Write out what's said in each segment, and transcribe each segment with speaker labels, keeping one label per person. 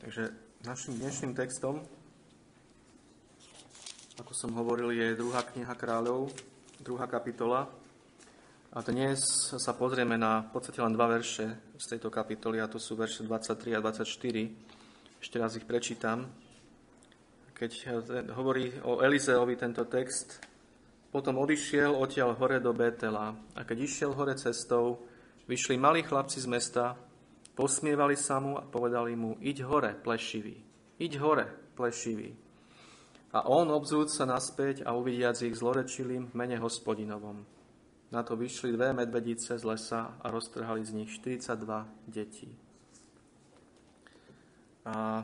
Speaker 1: Takže našim dnešným textom, ako som hovoril, je 2. kniha kráľov, 2. kapitola. A dnes sa pozrieme na v podstate len 2 verše z tejto kapitoly, a to sú verše 23 a 24. Ešte raz ich prečítam. Keď hovorí o Elizeovi tento text, potom odišiel odtiaľ hore do Bétela, a keď išiel hore cestou, vyšli malí chlapci z mesta, posmievali sa mu a povedali mu: Iď hore, plešivý, iď hore, plešivý. A on, obzrúc sa naspäť a uvidiac ich, zlorečil im v mene Hospodinovom. Na to vyšli 2 medvedice z lesa a roztrhali z nich 42 detí. A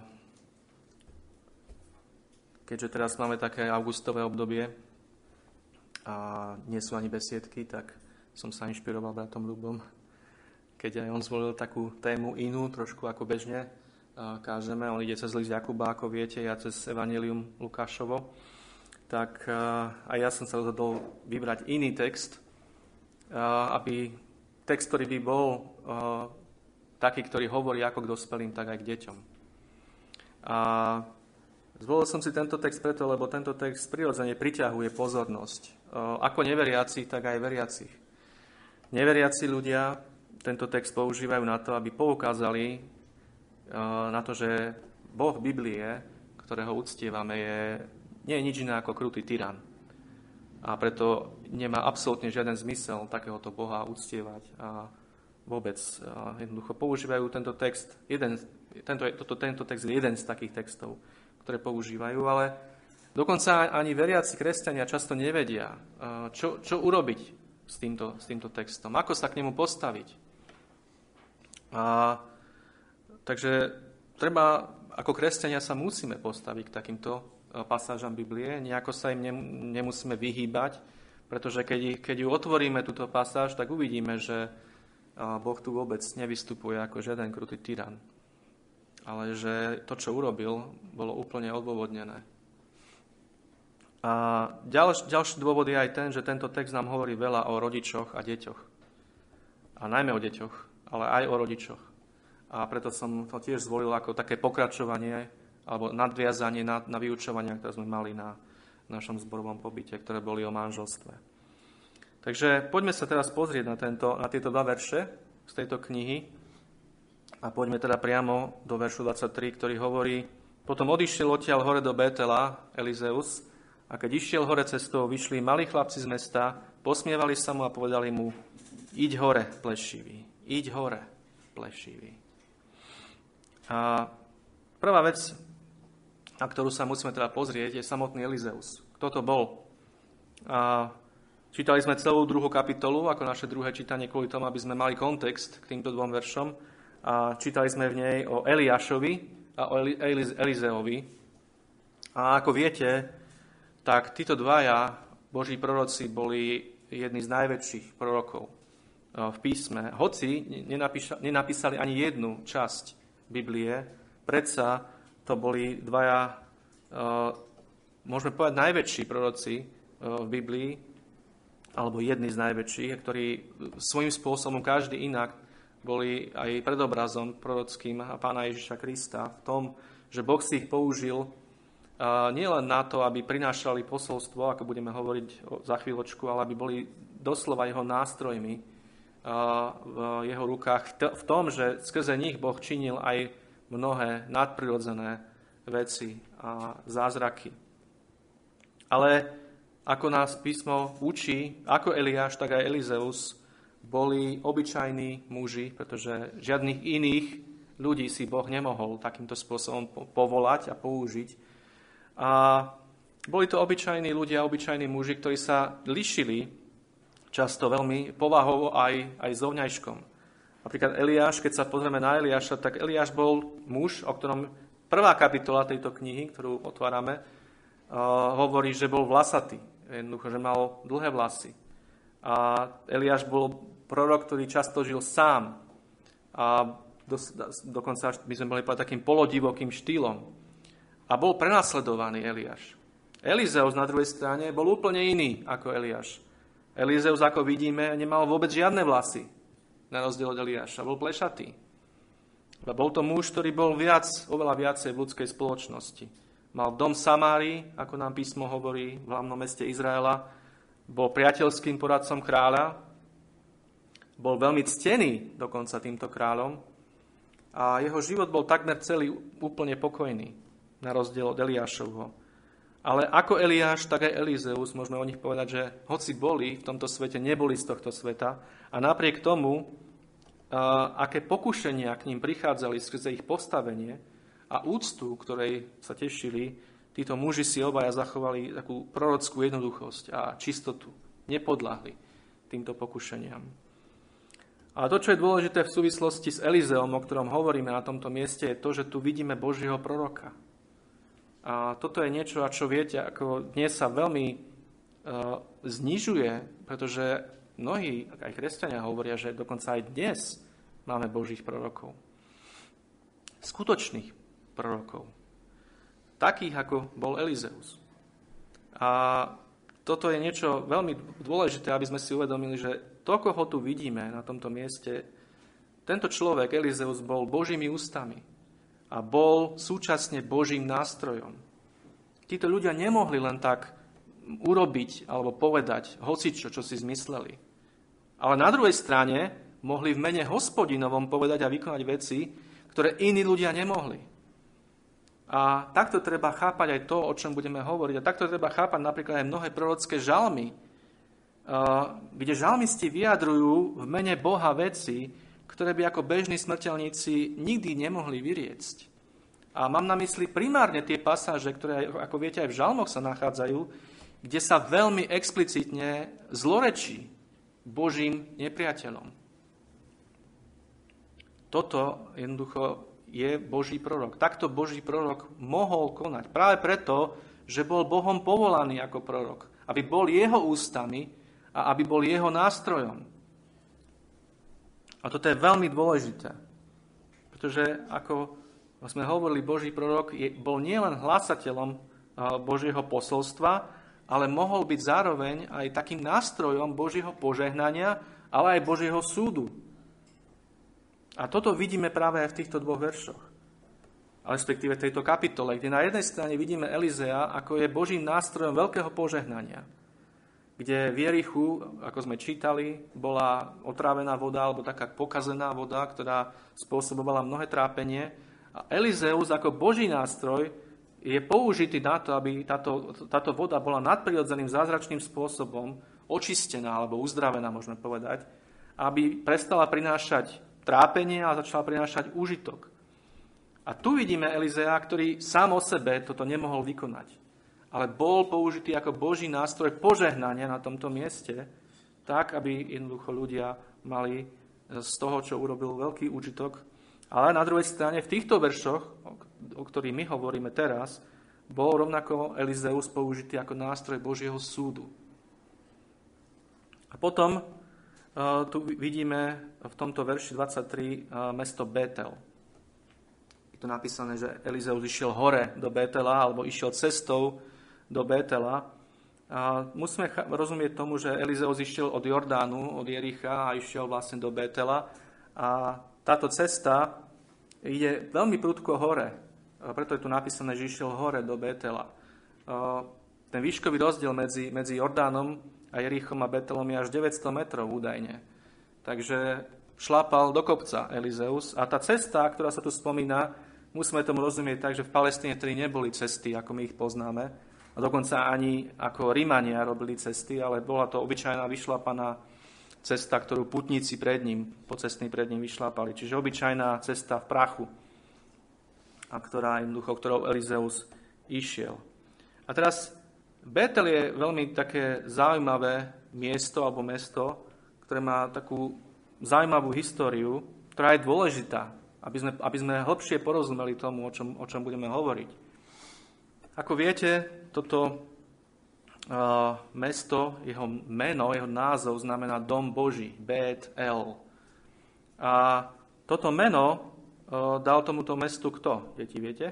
Speaker 1: keďže teraz máme také augustové obdobie a nie sú ani besiedky, tak som sa inšpiroval bratom Ľubom, keď aj on zvolil takú tému inú, trošku ako bežne kážeme. On ide cez list Jakuba, ako viete, ja cez Evangelium Lukášovo. Tak aj ja som sa rozhodol vybrať iný text, aby text, ktorý by bol taký, ktorý hovorí ako k dospelým, tak aj k deťom. A zvolil som si tento text preto, lebo tento text prirodzene priťahuje pozornosť. Ako neveriaci, tak aj veriacich. Neveriaci ľudia tento text používajú na to, aby poukázali na to, že Boh Biblie, ktorého uctievame, nie je nič iné ako krutý tyran. A preto nemá absolútne žiaden zmysel takéhoto Boha uctievať. A vôbec jednoducho používajú tento text. Tento text je jeden z takých textov, ktoré používajú, ale dokonca ani veriaci kresťania často nevedia, čo urobiť s týmto textom, ako sa k nemu postaviť. Takže treba, ako kresťania sa musíme postaviť k takýmto pasážam Biblie, nejako sa im nemusíme vyhýbať, pretože keď ju otvoríme, túto pasáž, tak uvidíme, že Boh tu vôbec nevystupuje ako žiaden krutý tyran, ale že to, čo urobil, bolo úplne odôvodnené. A ďalší dôvod je aj ten, že tento text nám hovorí veľa o rodičoch a deťoch. A najmä o deťoch, ale aj o rodičoch. A preto som to tiež zvolil ako také pokračovanie alebo nadviazanie na vyučovania, ktoré sme mali na našom zborovom pobyte, ktoré boli o manželstve. Takže poďme sa teraz pozrieť na tieto 2 verše z tejto knihy a poďme teda priamo do veršu 23, ktorý hovorí: Potom odišiel odtiaľ hore do Bétela Elizeus, a keď išiel hore cestou, vyšli malí chlapci z mesta, posmievali sa mu a povedali mu: Iď hore, plešivý, iď hore, plešivý. A prvá vec, na ktorú sa musíme teda pozrieť, je samotný Elizeus. Kto to bol? A čítali sme celú 2. kapitolu, ako naše druhé čítanie, kvôli tomu, aby sme mali kontext k týmto 2 veršom. A čítali sme v nej o Eliášovi a o Elizeovi. A ako viete, tak títo 2 Boží proroci boli jedni z najväčších prorokov v písme. Hoci nenapísali ani jednu časť Biblie, predsa to boli 2, môžeme povedať, najväčší proroci v Biblii, alebo jedni z najväčších, ktorí svojím spôsobom, každý inak, boli aj predobrazom prorockým Pána Ježiša Krista v tom, že Boh si ich použil nielen na to, aby prinášali posolstvo, ako budeme hovoriť za chvíľočku, ale aby boli doslova jeho nástrojmi v jeho rukách, v tom, že skrze nich Boh činil aj mnohé nadprirodzené veci a zázraky. Ale ako nás písmo učí, ako Eliáš, tak aj Elizeus boli obyčajní muži, pretože žiadnych iných ľudí si Boh nemohol takýmto spôsobom povolať a použiť. A boli to obyčajní ľudia, obyčajní muži, ktorí sa lišili často veľmi povahovo aj zovňajškom. Napríklad Eliáš, keď sa pozrieme na Eliáša, tak Eliáš bol muž, o ktorom 1. kapitola tejto knihy, ktorú otvárame, hovorí, že bol vlasatý. Jednoducho, že mal dlhé vlasy. A Eliáš bol prorok, ktorý často žil sám. A dokonca by sme mohli povedať takým polodivokým štýlom. A bol prenasledovaný Eliáš. Elizeus na druhej strane bol úplne iný ako Eliáš. Elizeus, ako vidíme, nemal vôbec žiadne vlasy, na rozdiel od Eliáša. Bol plešatý. V Bol to muž, ktorý bol oveľa viacej v ľudskej spoločnosti. Mal dom v Samárii, ako nám písmo hovorí, v hlavnom meste Izraela. Bol priateľským poradcom kráľa. Bol veľmi ctený dokonca týmto kráľom. A jeho život bol takmer celý úplne pokojný, na rozdiel od Eliášovho. Ale ako Eliáš, tak aj Elizeus, môžeme o nich povedať, že hoci boli v tomto svete, neboli z tohto sveta. A napriek tomu, aké pokušenia k ním prichádzali skrze ich postavenie a úctu, ktorej sa tešili, títo muži si obaja zachovali takú prorockú jednoduchosť a čistotu. Nepodľahli týmto pokušeniam. A to, čo je dôležité v súvislosti s Elizeom, o ktorom hovoríme na tomto mieste, je to, že tu vidíme Božieho proroka. A toto je niečo, čo viete, ako dnes sa veľmi znižuje, pretože mnohí, aj kresťania, hovoria, že dokonca aj dnes máme Božích prorokov. Skutočných prorokov. Takých, ako bol Elizeus. A toto je niečo veľmi dôležité, aby sme si uvedomili, že to, koho tu vidíme na tomto mieste, tento človek, Elizeus, bol Božími ústami a bol súčasne Božím nástrojom. Títo ľudia nemohli len tak urobiť alebo povedať hocičo, čo si zmysleli. Ale na druhej strane mohli v mene Hospodinovom povedať a vykonať veci, ktoré iní ľudia nemohli. A takto treba chápať aj to, o čom budeme hovoriť. A takto treba chápať napríklad aj mnohé prorocké žalmy, kde žalmisti vyjadrujú v mene Boha veci, ktoré by ako bežní smrteľníci nikdy nemohli vyriecť. A mám na mysli primárne tie pasáže, ktoré, ako viete, aj v žalmoch sa nachádzajú, kde sa veľmi explicitne zlorečí Božím nepriateľom. Toto jednoducho je Boží prorok. Takto Boží prorok mohol konať. Práve preto, že bol Bohom povolaný ako prorok. Aby bol jeho ústami a aby bol jeho nástrojom. A toto je veľmi dôležité. Pretože, ako sme hovorili, Boží prorok bol nielen hlásateľom Božieho posolstva, ale mohol byť zároveň aj takým nástrojom Božieho požehnania, ale aj Božieho súdu. A toto vidíme práve aj v týchto dvoch veršoch. Respektíve v tejto kapitole, kde na jednej strane vidíme Elizea, ako je Božím nástrojom veľkého požehnania. Kde v Jerichu, ako sme čítali, bola otrávená voda, alebo taká pokazená voda, ktorá spôsobovala mnohé trápenie. A Elizeus ako Boží nástroj je použitý na to, aby táto voda bola nadprirodzeným zázračným spôsobom očistená alebo uzdravená, môžeme povedať, aby prestala prinášať trápenie a začala prinášať úžitok. A tu vidíme Elizea, ktorý sám o sebe toto nemohol vykonať, ale bol použitý ako Boží nástroj požehnania na tomto mieste, tak, aby jednoducho ľudia mali z toho, čo urobil, veľký úžitok. Ale na druhej strane v týchto veršoch, o ktorých my hovoríme teraz, bol rovnako Elizeus použitý ako nástroj Božieho súdu. A potom tu vidíme v tomto verši 23 mesto Bétel. Je to napísané, že Elizeus išiel hore do Bétela, alebo išiel cestou do Bétela. A musíme rozumieť tomu, že Elizeus išiel od Jordánu, od Jericha a išiel vlastne do Bétela. A táto cesta ide veľmi prudko hore. Preto je tu napísané, že išiel hore do Bétela. Ten výškový rozdiel medzi Jordánom a Jerichom a Bételom je až 900 metrov údajne. Takže šlápal do kopca Elizeus. A tá cesta, ktorá sa tu spomína, musíme tomu rozumieť tak, že v Palestíne tedy neboli cesty, ako my ich poznáme. A dokonca ani ako Rimania robili cesty, ale bola to obyčajná vyšlapaná cesta, ktorú putníci pocestní pred ním vyšlápali. Čiže obyčajná cesta v prachu, a ktorou Elizeus išiel. A teraz Bétel je veľmi také zaujímavé miesto alebo mesto, ktoré má takú zaujímavú históriu, ktorá je dôležitá, aby sme hlbšie porozumeli tomu, o čom budeme hovoriť. Ako viete, toto mesto, jeho meno, jeho názov znamená Dom Boží, Bet El. A toto meno dal tomuto mestu kto? Deti, viete?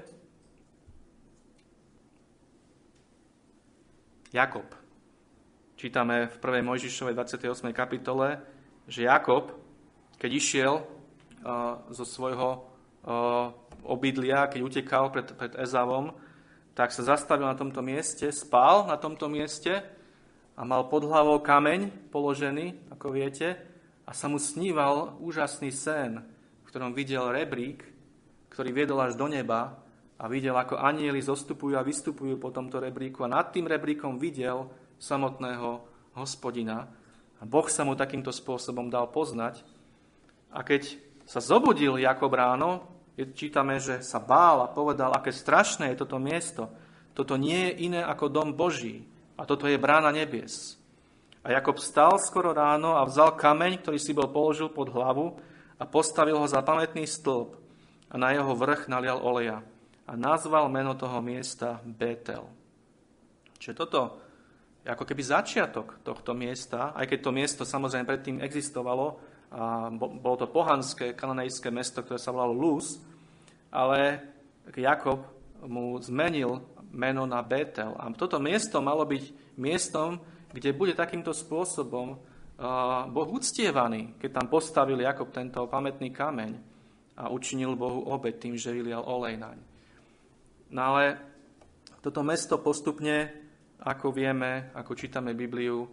Speaker 1: Jakob. Čítame v 1. Mojžišovej 28. kapitole, že Jakob, keď išiel zo svojho obydlia, keď utekal pred Ezavom, tak sa zastavil na tomto mieste, spal na tomto mieste a mal pod hlavou kameň položený, ako viete, a sa mu sníval úžasný sen, v ktorom videl rebrík, ktorý viedol až do neba a videl, ako anjeli zostupujú a vystupujú po tomto rebríku a nad tým rebríkom videl samotného Hospodina. A Boh sa mu takýmto spôsobom dal poznať. A keď sa zobudil Jakob ráno, čítame, že sa bál a povedal, aké strašné je toto miesto. Toto nie je iné ako dom Boží a toto je brána nebies. A Jakob vstal skoro ráno a vzal kameň, ktorý si bol položil pod hlavu a postavil ho za pamätný stĺp a na jeho vrch nalial oleja a nazval meno toho miesta Bétel. Čiže toto je ako keby začiatok tohto miesta, aj keď to miesto samozrejme predtým existovalo, a bolo to pohanské kananejské mesto, ktoré sa volalo Luz, ale Jakob mu zmenil meno na Bétel. A toto miesto malo byť miestom, kde bude takýmto spôsobom Boh uctievaný, keď tam postavil Jakob tento pamätný kameň a učinil Bohu obeť tým, že vylial olej naň. No ale toto mesto postupne, ako vieme, ako čítame Bibliu,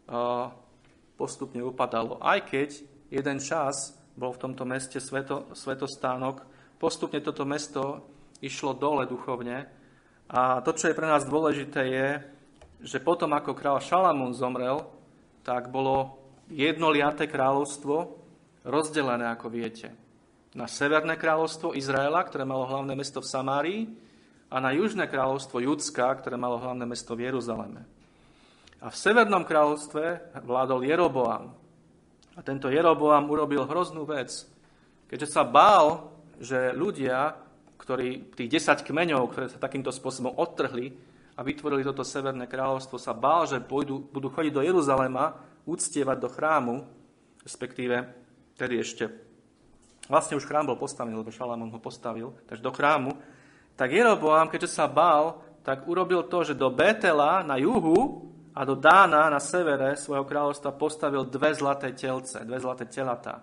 Speaker 1: postupne upadalo. Aj keď jeden čas bol v tomto meste svetostánok, postupne toto mesto išlo dole duchovne. A to, čo je pre nás dôležité, je, že potom, ako kráľ Šalamún zomrel, tak bolo jednoliaté kráľovstvo rozdelené, ako viete, na severné kráľovstvo Izraela, ktoré malo hlavné mesto v Samárii, a na južné kráľovstvo Judska, ktoré malo hlavné mesto v Jeruzaleme. A v severnom kráľovstve vládol Jeroboam. A tento Jeroboam urobil hroznú vec, keďže sa bál, že ľudia, tých 10 kmeňov, ktoré sa takýmto spôsobom odtrhli a vytvorili toto severné kráľovstvo, sa bál, že budú chodiť do Jeruzalema, uctievať do chrámu, respektíve tedy ešte, vlastne už chrám bol postavený, lebo Šalamún ho postavil, takže do chrámu, tak Jeroboam, keďže sa bál, tak urobil to, že do Bétela na juhu a do Dána na severe svojho kráľovstva postavil 2 zlaté telce, 2 zlaté telatá.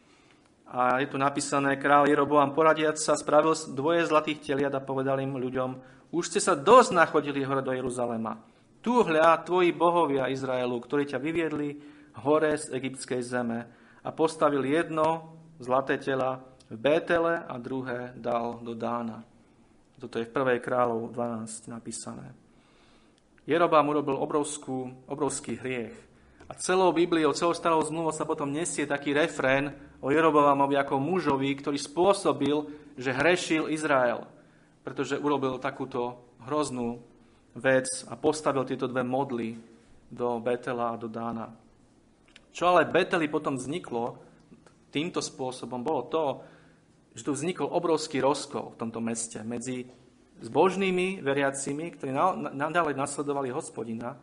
Speaker 1: A je tu napísané, kráľ Jeroboam poradiac sa spravil 2 zlatých teliat a povedal im ľuďom, už ste sa dosť nachodili hore do Jeruzalema. Tu hľa tvoji bohovia Izraelu, ktorí ťa vyviedli hore z egyptskej zeme a postavil jedno zlaté tela v Bétele a druhé dal do Dána. Toto je v 1. kráľov 12 napísané. Jeroboam urobil obrovský hriech. A celou Bibliou, celou starou zmluvou sa potom nesie taký refrén o Jeroboamovi ako mužovi, ktorý spôsobil, že hrešil Izrael, pretože urobil takúto hroznú vec a postavil tieto 2 modly do Bétela a do Dána. Čo ale v Bételi potom vzniklo týmto spôsobom, bolo to, že tu vznikol obrovský rozkol v tomto meste medzi zbožnými veriacimi, ktorí naďalej nasledovali Hospodina,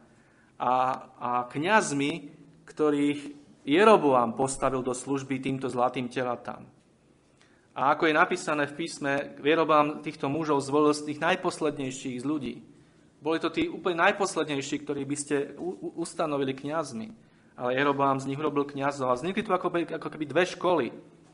Speaker 1: a kňazmi, ktorých Jeroboam postavil do služby týmto zlatým telatám. A ako je napísané v písme, Jeroboam týchto mužov zvolil z tých najposlednejších z ľudí. Boli to tí úplne najposlednejší, ktorí by ste ustanovili kňazmi. Ale Jeroboam z nich robil kňazov. A vznikli tu ako keby 2 školy.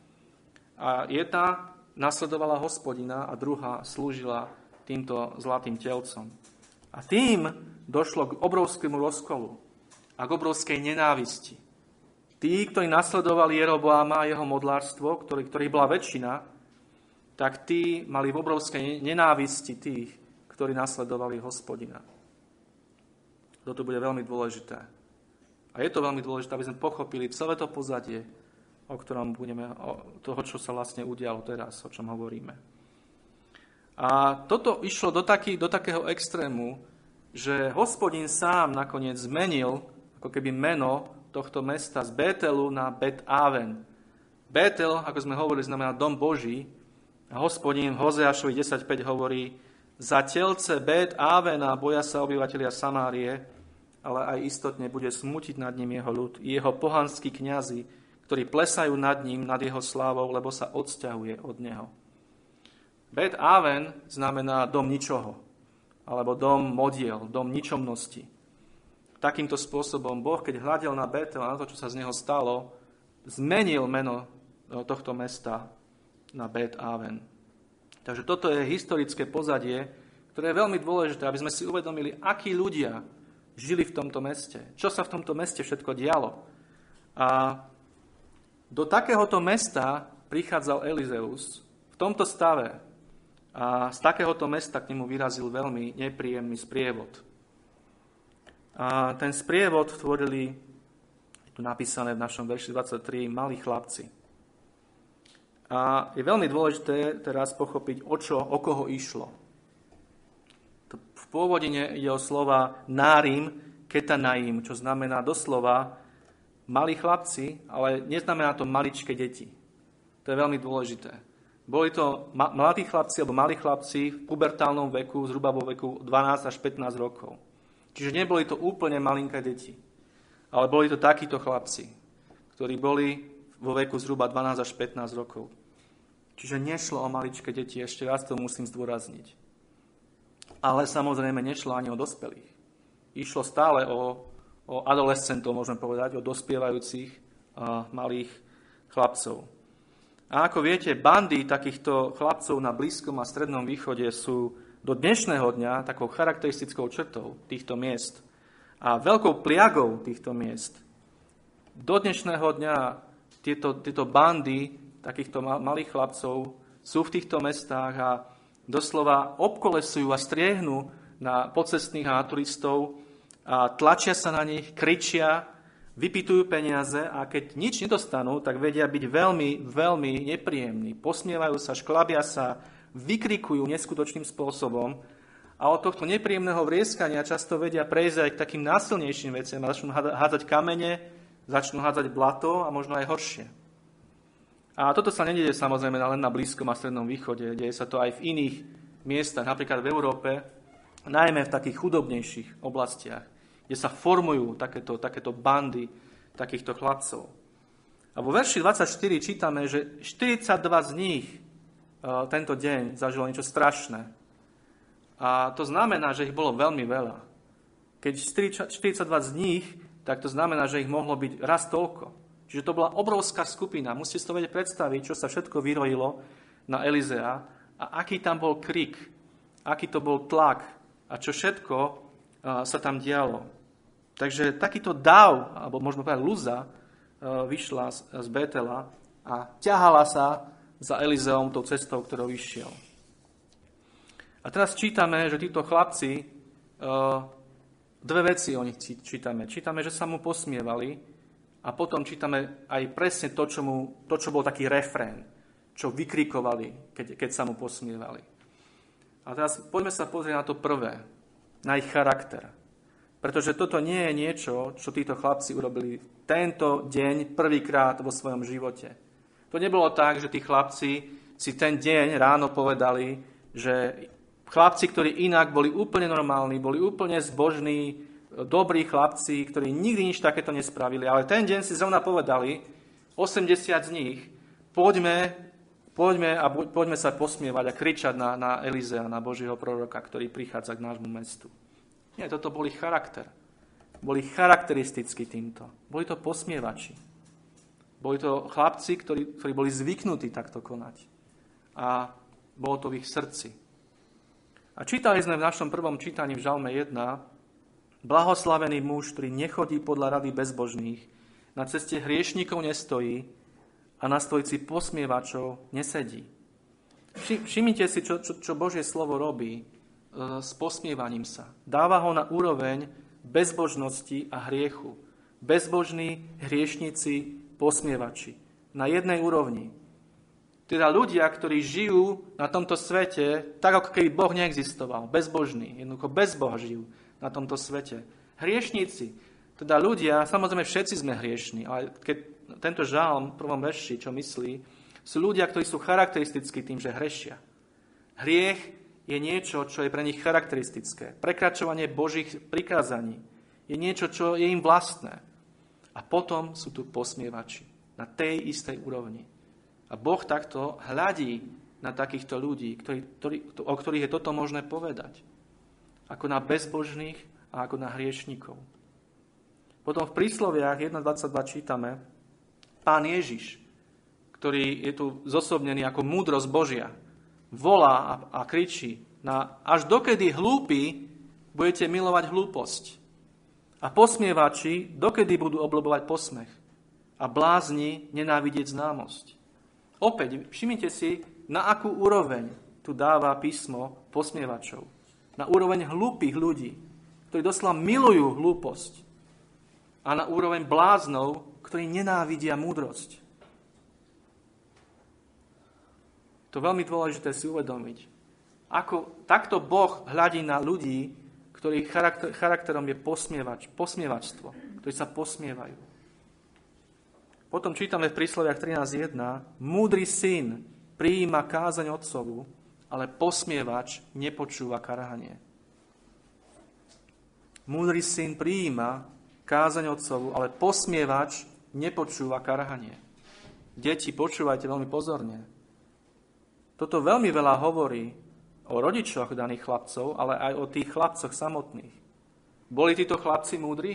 Speaker 1: A jedna nasledovala Hospodina a druhá slúžila týmto zlatým telcom. A tým došlo k obrovskému rozkolu a k obrovskej nenávisti. Tí, ktorí nasledovali Jeroboama a jeho modlárstvo, ktorých bola väčšina, tak tí mali v obrovskej nenávisti tých, ktorí nasledovali Hospodina. Toto bude veľmi dôležité. A je to veľmi dôležité, aby sme pochopili celé to pozadie, o ktorom toho, čo sa vlastne udialo teraz, o čom hovoríme. A toto išlo do takého extrému, že Hospodin sám nakoniec zmenil ako keby meno tohto mesta z Bételu na Bet-Aven. Bétel, ako sme hovorili, znamená dom Boží. A Hospodin v Hozeášovi 10.5 hovorí, za telce Bet-Avena boja sa obyvatelia Samárie, ale aj istotne bude smútiť nad ním jeho ľud i jeho pohanskí kňazi, ktorí plesajú nad ním, nad jeho slávou, lebo sa odsťahuje od neho. Bet-Aven znamená dom ničoho, alebo dom modiel, dom ničomnosti. Takýmto spôsobom Boh, keď hľadel na Bétel a na to, čo sa z neho stalo, zmenil meno tohto mesta na Bet Aven. Takže toto je historické pozadie, ktoré je veľmi dôležité, aby sme si uvedomili, akí ľudia žili v tomto meste. Čo sa v tomto meste všetko dialo. A do takéhoto mesta prichádzal Elizeus v tomto stave. A z takéhoto mesta k nemu vyrazil veľmi nepríjemný sprievod. A ten sprievod tvorili, je tu napísané v našom verši 23, malí chlapci. A je veľmi dôležité teraz pochopiť, o koho išlo. V pôvodine ide o slova nárim, ketanaim, čo znamená doslova malí chlapci, ale neznamená to maličké deti. To je veľmi dôležité. Boli to mladí chlapci alebo malí chlapci v pubertálnom veku, zhruba vo veku 12 až 15 rokov. Čiže neboli to úplne malinké deti, ale boli to takíto chlapci, ktorí boli vo veku zhruba 12 až 15 rokov. Čiže nešlo o maličké deti, ešte raz to musím zdôrazniť. Ale samozrejme nešlo ani o dospelých. Išlo stále o adolescentov, môžeme povedať, o dospievajúcich malých chlapcov. A ako viete, bandy takýchto chlapcov na Blízkom a Strednom východe sú do dnešného dňa takou charakteristickou črtou týchto miest a veľkou pliagou týchto miest. Do dnešného dňa tieto bandy takýchto malých chlapcov sú v týchto mestách a doslova obkolesujú a striehnú na pocestných a turistov a tlačia sa na nich, kričia, vypytujú peniaze a keď nič nedostanú, tak vedia byť veľmi, veľmi nepríjemní. Posmievajú sa, šklabia sa, vykrikujú neskutočným spôsobom a od tohto nepríjemného vrieskania často vedia prejsť aj k takým násilnejším veciam a začnú hádzať kamene, začnú hádzať blato a možno aj horšie. A toto sa nedieje samozrejme len na Blízkom a Strednom východe, deje sa to aj v iných miestach, napríklad v Európe, najmä v takých chudobnejších oblastiach, kde sa formujú takéto bandy takýchto chlapcov. A vo verši 24 čítame, že 42 z nich tento deň zažilo niečo strašné. A to znamená, že ich bolo veľmi veľa. Keď 42 z nich, tak to znamená, že ich mohlo byť raz toľko. Čiže to bola obrovská skupina. Musíte si to vedieť predstaviť, čo sa všetko vyrojilo na Elizea a aký tam bol krik, aký to bol tlak a čo všetko sa tam dialo. Takže takýto dáv, alebo môžeme povedať Luza, vyšla z Betela a ťahala sa za Elizeom tou cestou, ktorou išiel. A teraz čítame, že títo chlapci, dve veci o nich čítame. Čítame, že sa mu posmievali a potom čítame aj presne to, čo bol taký refrén, čo vykrikovali, keď sa mu posmievali. A teraz poďme sa pozrieť na to prvé, na ich charakter. Pretože toto nie je niečo, čo títo chlapci urobili tento deň prvýkrát vo svojom živote. To nebolo tak, že tí chlapci si ten deň ráno povedali, že chlapci, ktorí inak boli úplne normálni, boli úplne zbožní, dobrí chlapci, ktorí nikdy nič takéto nespravili, ale ten deň si zrovna povedali, 80 z nich, poďme sa posmievať a kričať na Elizea, na Božieho proroka, ktorý prichádza k nášmu mestu. Nie, toto boli charakter. Boli charakteristickí týmto. Boli to posmievači. Boli to chlapci, ktorí boli zvyknutí takto konať. A bolo to v ich srdci. A čítali sme v našom prvom čítaní v Žalme 1, blahoslavený muž, ktorý nechodí podľa rady bezbožných, na ceste hriešnikov nestojí a na stolici posmievačov nesedí. Všimnite si, čo Božie slovo robí s posmievaním sa. Dáva ho na úroveň bezbožnosti a hriechu. Bezbožní, hriešnici, posmievači. Na jednej úrovni. Teda ľudia, ktorí žijú na tomto svete, tak ako keby Boh neexistoval. Bezbožní, jednoducho bez Boha žijú na tomto svete. Hriešnici, teda ľudia, samozrejme všetci sme hriešni, ale keď tento žalm v prvom verši, čo myslí, sú ľudia, ktorí sú charakteristickí tým, že hrešia. Hriech je niečo, čo je pre nich charakteristické. Prekračovanie Božích prikázaní je niečo, čo je im vlastné. A potom sú tu posmievači na tej istej úrovni. A Boh takto hľadí na takýchto ľudí, o ktorých je toto možné povedať. Ako na bezbožných a ako na hriešnikov. Potom v prísloviach 1.22 čítame, Pán Ježiš, ktorý je tu zosobnený ako múdrosť Božia, volá a kričí až dokedy hlúpi budete milovať hlúposť a posmievači dokedy budú obľubovať posmech a blázni nenávidieť známosť. Opäť, všimnite si, na akú úroveň tu dáva písmo posmievačov. Na úroveň hlúpych ľudí, ktorí doslova milujú hlúposť a na úroveň bláznov, ktorí nenávidia múdrosť. To je veľmi dôležité si uvedomiť. Ako takto Boh hľadí na ľudí, ktorých charakterom je posmievačstvo, ktorí sa posmievajú. Potom čítame v Prísloviach 13.1. Múdry syn prijíma kázaň otcovu, ale posmievač nepočúva karhanie. Múdry syn prijíma kázaň otcovu, ale posmievač nepočúva karhanie. Deti, počúvajte veľmi pozorne. Toto veľmi veľa hovorí o rodičoch daných chlapcov, ale aj o tých chlapcoch samotných. Boli títo chlapci múdri?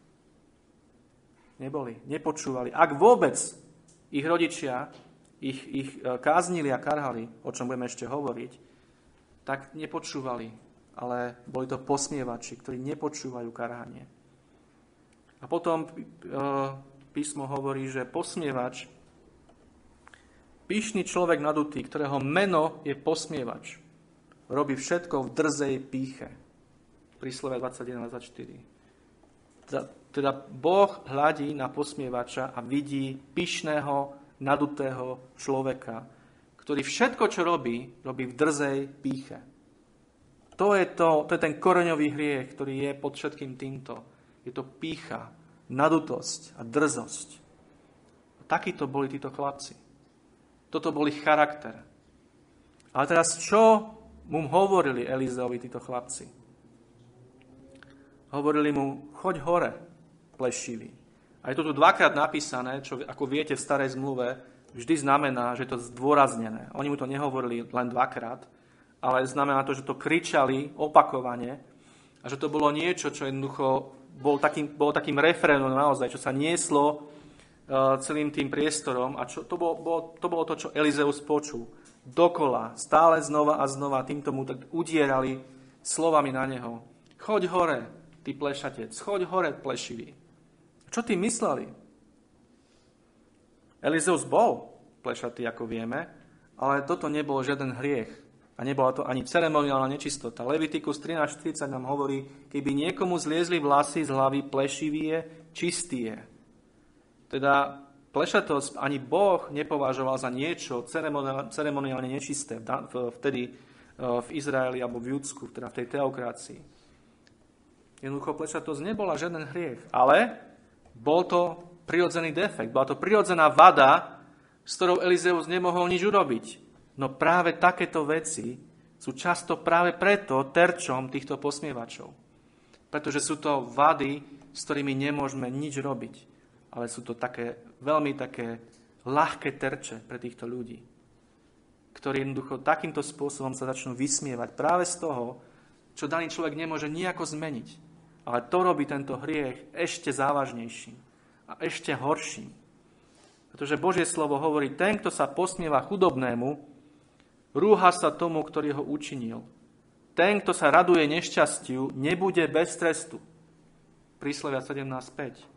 Speaker 1: Neboli, nepočúvali. Ak vôbec ich rodičia ich káznili a karhali, o čom budeme ešte hovoriť, tak nepočúvali, ale boli to posmievači, ktorí nepočúvajú karhanie. A potom písmo hovorí, že posmievač, pyšný človek nadutý, ktorého meno je posmievač, robí všetko v drzej pýche. Príslovia 21-24. Teda Boh hľadí na posmievača a vidí pyšného, nadutého človeka, ktorý všetko, čo robí v drzej pýche. To je ten koreňový hriech, ktorý je pod všetkým týmto. Je to pýcha, nadutosť a drzosť. A takíto boli títo chlapci. Toto bol ich charakter. Ale teraz čo mu hovorili Elizeovi títo chlapci? Hovorili mu, choď hore, plešivý. A je to tu dvakrát napísané, čo ako viete v starej zmluve, vždy znamená, že je to zdôraznené. Oni mu to nehovorili len dvakrát, ale znamená to, že to kričali opakovane a že to bolo niečo, čo jednoducho bolo takým refrénom naozaj, čo sa nieslo celým tým priestorom a to bolo to, čo Elizeus počul. Dokola, stále znova a znova týmto mu tak udierali slovami na neho. Choď hore, ty plešatec, choď hore, plešivý. Čo ty mysleli? Elizeus bol plešatý, ako vieme, ale toto nebol žiaden hriech. A nebola to ani ceremoniálna nečistota. Levitikus 13.40 nám hovorí, keby niekomu zliezli vlasy z hlavy, plešivý je, čistý je. Teda plešatosť ani Boh nepovažoval za niečo ceremoniálne nečisté vtedy v Izraeli alebo v Judsku, teda v tej teokracii. Jednoducho plešatosť nebola žiaden hriech, ale bol to prirodzený defekt, bola to prirodzená vada, s ktorou Elizeus nemohol nič urobiť. No práve takéto veci sú často práve preto terčom týchto posmievačov. Pretože sú to vady, s ktorými nemôžeme nič robiť. Ale sú to veľmi také ľahké terče pre týchto ľudí, ktorí jednoducho takýmto spôsobom sa začnú vysmievať práve z toho, čo daný človek nemôže nejako zmeniť. Ale to robí tento hriech ešte závažnejším a ešte horším. Pretože Božie slovo hovorí, ten, kto sa posmieva chudobnému, rúha sa tomu, ktorý ho učinil. Ten, kto sa raduje nešťastiu, nebude bez trestu. Príslovia 17.5.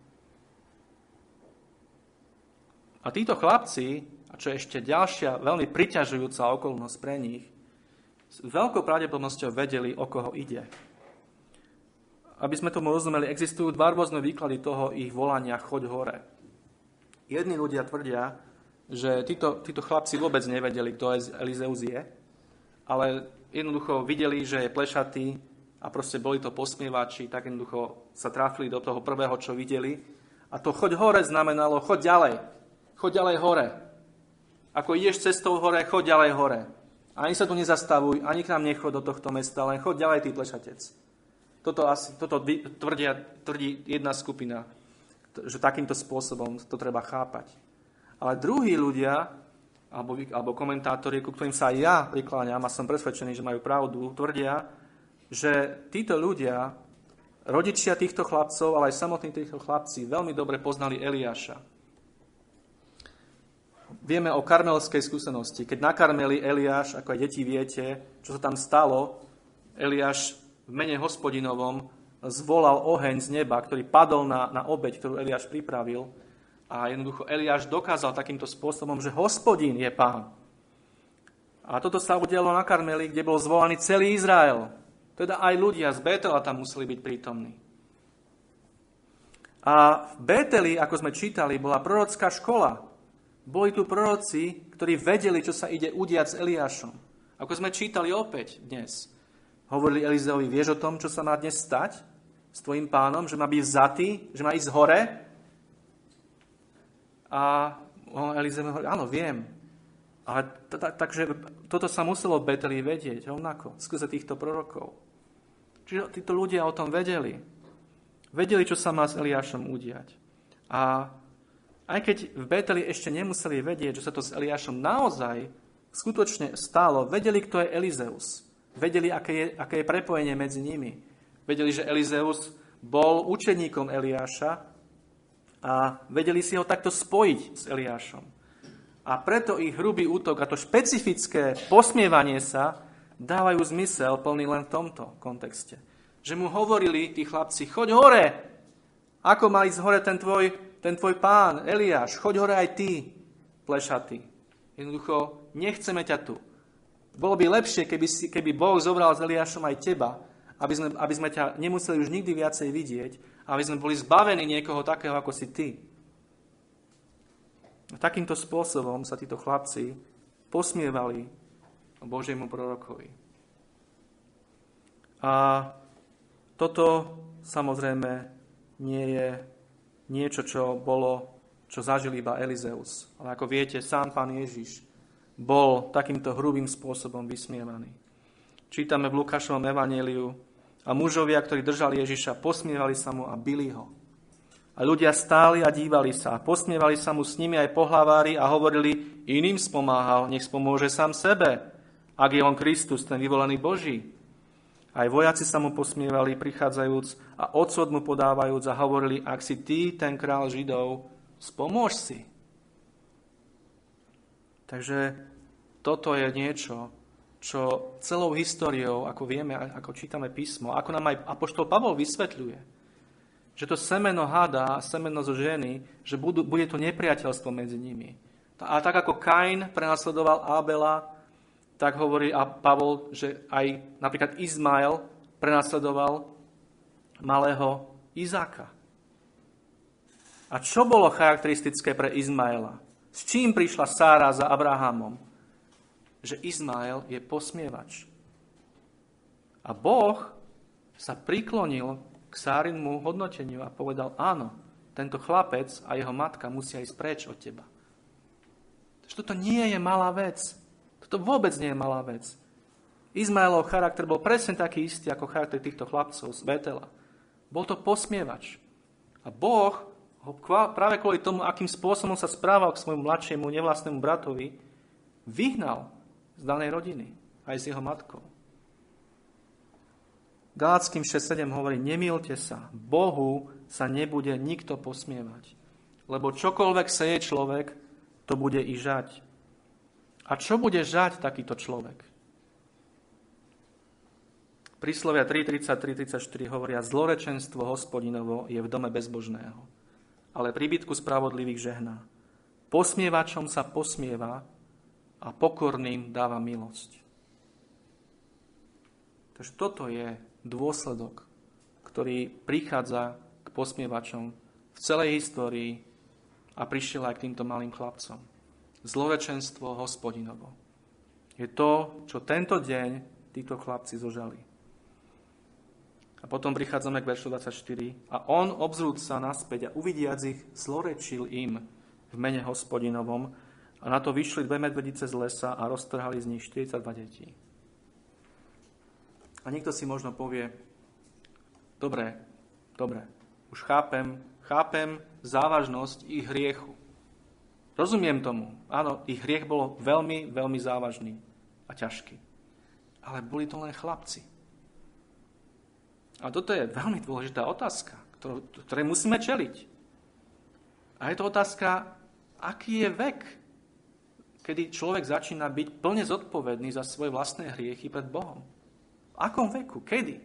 Speaker 1: A títo chlapci, a čo je ešte ďalšia veľmi priťažujúca okolnosť pre nich, s veľkou pravdepodobnosťou vedeli, o koho ide. Aby sme tomu rozumeli, existujú dva rôzne výklady toho ich volania choď hore. Jedni ľudia tvrdia, že títo chlapci vôbec nevedeli, kto Elizeus je, ale jednoducho videli, že je plešatý a proste boli to posmievači, tak jednoducho sa trafili do toho prvého, čo videli. A to choď hore znamenalo choď ďalej. Choď ďalej hore. Ako ideš cestou hore, choď ďalej hore. Ani sa tu nezastavuj, ani k nám nechod do tohto mesta, len choď ďalej, ty plešatec. Toto tvrdí jedna skupina, že takýmto spôsobom to treba chápať. Ale druhí ľudia, alebo komentátori, ku ktorým sa aj ja prikláňam a som presvedčený, že majú pravdu, tvrdia, že títo ľudia, rodičia týchto chlapcov, ale aj samotní týchto chlapci, veľmi dobre poznali Eliáša. vieme o karmelskej skúsenosti. Keď na Karmeli Eliáš, ako aj deti viete, čo sa tam stalo, Eliáš v mene Hospodinovom zvolal oheň z neba, ktorý padol na obeť, ktorú Eliáš pripravil. A jednoducho Eliáš dokázal takýmto spôsobom, že Hospodin je Pán. A toto sa udialo na Karmeli, kde bol zvolaný celý Izrael. Teda aj ľudia z Bétela tam museli byť prítomní. A v Bételi, ako sme čítali, bola prorocká škola. Boli tu proroci, ktorí vedeli, čo sa ide udiať s Eliášom. Ako sme čítali opäť dnes. Hovorili Elizeovi, vieš o tom, čo sa má dnes stať s tvojim pánom, že má byť vzatý, že má ísť hore? A Elizeu hovorí, áno, viem. Ale takže toto sa muselo v Beteli vedieť, rovnako, skrze týchto prorokov. Čiže títo ľudia o tom vedeli. Vedeli, čo sa má s Eliášom udiať. A aj keď v Beteli ešte nemuseli vedieť, že sa to s Eliášom naozaj skutočne stalo, vedeli, kto je Elizeus. Vedeli, aké je prepojenie medzi nimi. Vedeli, že Elizeus bol učeníkom Eliáša a vedeli si ho takto spojiť s Eliášom. A preto ich hrubý útok a to špecifické posmievanie sa dávajú zmysel plný len v tomto kontexte. Že mu hovorili tí chlapci, choď hore, ako má ísť hore ten tvoj pán Eliáš, choď hore aj ty, plešatý. Jednoducho, nechceme ťa tu. Bolo by lepšie, keby Boh zobral s Eliášom aj teba, aby sme ťa nemuseli už nikdy viacej vidieť, aby sme boli zbavení niekoho takého, ako si ty. A takýmto spôsobom sa títo chlapci posmievali Božiemu prorokovi. A toto samozrejme nie je niečo, čo zažil iba Elizeus. Ale ako viete, sám Pán Ježiš bol takýmto hrubým spôsobom vysmievaný. Čítame v Lukášovom evanjeliu a mužovia, ktorí držali Ježiša, posmievali sa mu a bili ho. A ľudia stáli a dívali sa. Posmievali sa mu s nimi aj pohlavári a hovorili, iným spomáhal, nech spomôže sám sebe, ak je on Kristus, ten vyvolený Boží. Aj vojaci sa mu posmievali, prichádzajúc a odsud mu podávajúc a hovorili, ak si ty, ten král Židov, spomôž si. Takže toto je niečo, čo celou históriou, ako vieme, ako čítame písmo, ako nám aj apoštol Pavol vysvetľuje, že to semeno hada, semeno zo ženy, že bude to nepriateľstvo medzi nimi. A tak ako Kain prenasledoval Ábela, tak hovorí a Pavol, že aj napríklad Izmael prenasledoval malého Izáka. A čo bolo charakteristické pre Izmaela? S čím prišla Sára za Abrahamom? Že Izmael je posmievač. A Boh sa priklonil k Sárinmu hodnoteniu a povedal, áno, tento chlapec a jeho matka musia ísť preč od teba. Takže toto nie je malá vec. Toto vôbec nie je malá vec. Izmaelov charakter bol presne taký istý ako charakter týchto chlapcov z Betela. Bol to posmievač. A Boh ho práve kvôli tomu, akým spôsobom sa správal k svojmu mladšiemu nevlastnému bratovi, vyhnal z danej rodiny, aj s jeho matkou. Galáckym 6.7 hovorí, nemýlte sa, Bohu sa nebude nikto posmievať, lebo čokoľvek seje človek, to bude i žať. A čo bude žať takýto človek? Príslovia 3.33-34 hovoria, zlorečenstvo Hospodinovo je v dome bezbožného, ale príbytku spravodlivých žehná. Posmievačom sa posmieva a pokorným dáva milosť. Takže toto je dôsledok, ktorý prichádza k posmievačom v celej histórii a prišiel aj k týmto malým chlapcom. Zlorečenstvo Hospodinovo. Je to, čo tento deň títo chlapci zožali. A potom prichádzame k veršu 24. A on obzrúc sa naspäť a uvidiac ich, zlorečil im v mene Hospodinovom a na to vyšli 2 medvedice z lesa a roztrhali z nich 42 detí. A niekto si možno povie, dobre, už chápem závažnosť ich hriechu. Rozumiem tomu. Áno, ich hriech bol veľmi, veľmi závažný a ťažký. Ale boli to len chlapci. A toto je veľmi dôležitá otázka, ktorej musíme čeliť. A je to otázka, aký je vek kedy človek začína byť plne zodpovedný za svoje vlastné hriechy pred Bohom. V akom veku? Kedy?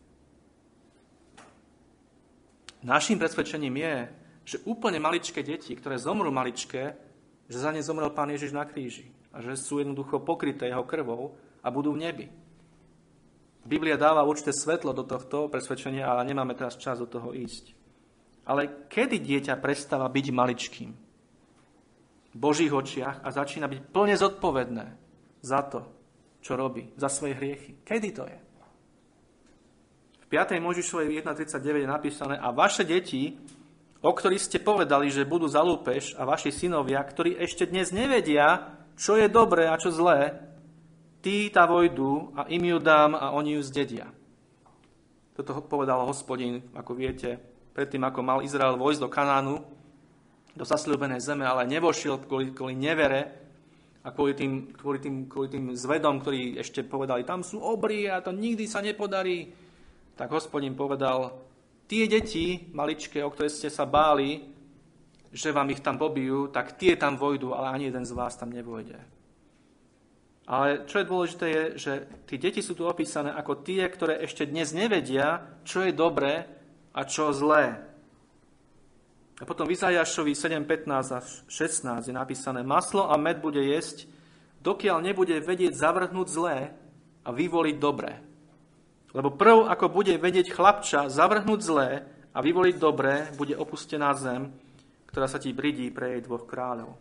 Speaker 1: Naším presvedčením je, že úplne maličké deti, ktoré zomrú maličké, že za ne zomrel Pán Ježiš na kríži a že sú jednoducho pokryté jeho krvou a budú v nebi. Biblia dáva určité svetlo do tohto presvedčenia, ale nemáme teraz čas do toho ísť. Ale kedy dieťa prestáva byť maličkým v Božích očiach a začína byť plne zodpovedné za to, čo robí, za svoje hriechy? Kedy to je? V 5. Mojžišovej 1.39 je napísané: a vaše deti, o ktorých ste povedali, že budú za lúpež, a vaši synovia, ktorí ešte dnes nevedia, čo je dobré a čo zlé, tí tá vojdu a im ju dám a oni ju zdedia. Toto povedal Hospodin, ako viete, predtým, ako mal Izrael vojsť do Kanánu, do zasľúbenej zeme, ale nevošiel kvôli nevere a kvôli tým zvedom, ktorí ešte povedali, tam sú obry a to nikdy sa nepodarí. Tak Hospodin povedal: tie deti maličké, o ktoré ste sa báli, že vám ich tam pobijú, tak tie tam vojdu, ale ani jeden z vás tam nevojde. Ale čo je dôležité je, že tí deti sú tu opísané ako tie, ktoré ešte dnes nevedia, čo je dobré a čo zlé. A potom v Izaiášovi 7:15 až 16 je napísané: maslo a med bude jesť, dokiaľ nebude vedieť zavrhnúť zlé a vyvoliť dobré. Lebo prv, ako bude vedieť chlapča zavrhnúť zlé a vyvoliť dobré, bude opustená zem, ktorá sa ti bridí pre jej dvoch kráľov.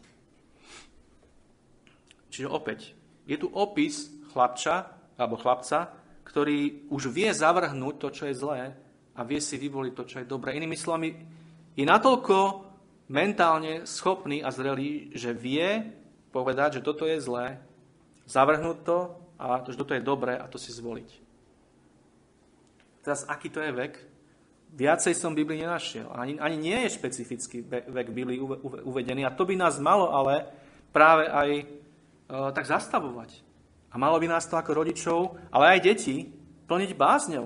Speaker 1: Čiže opäť, je tu opis chlapča, alebo chlapca, ktorý už vie zavrhnúť to, čo je zlé a vie si vyvoliť to, čo je dobré. Inými slovami, je natoľko mentálne schopný a zrelý, že vie povedať, že toto je zlé, zavrhnúť to a že toto je dobré a to si zvoliť. Teraz, aký to je vek? Viacej som v Biblii nenašiel. Ani nie je špecifický vek v Biblii uvedený. A to by nás malo ale práve aj tak zastavovať. A malo by nás to ako rodičov, ale aj deti, plniť bázňou.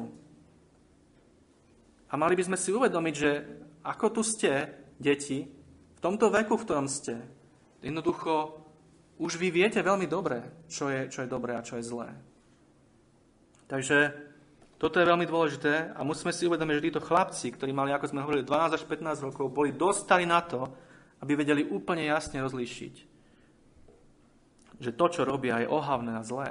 Speaker 1: A mali by sme si uvedomiť, že ako tu ste, deti, v tomto veku, v ktorom ste, jednoducho už vy viete veľmi dobre, čo je dobré a čo je zlé. Takže toto je veľmi dôležité a musíme si uvedomiť, že títo chlapci, ktorí mali, ako sme hovorili, 12 až 15 rokov, boli dostali na to, aby vedeli úplne jasne rozlíšiť, že to, čo robia, je ohavné a zlé.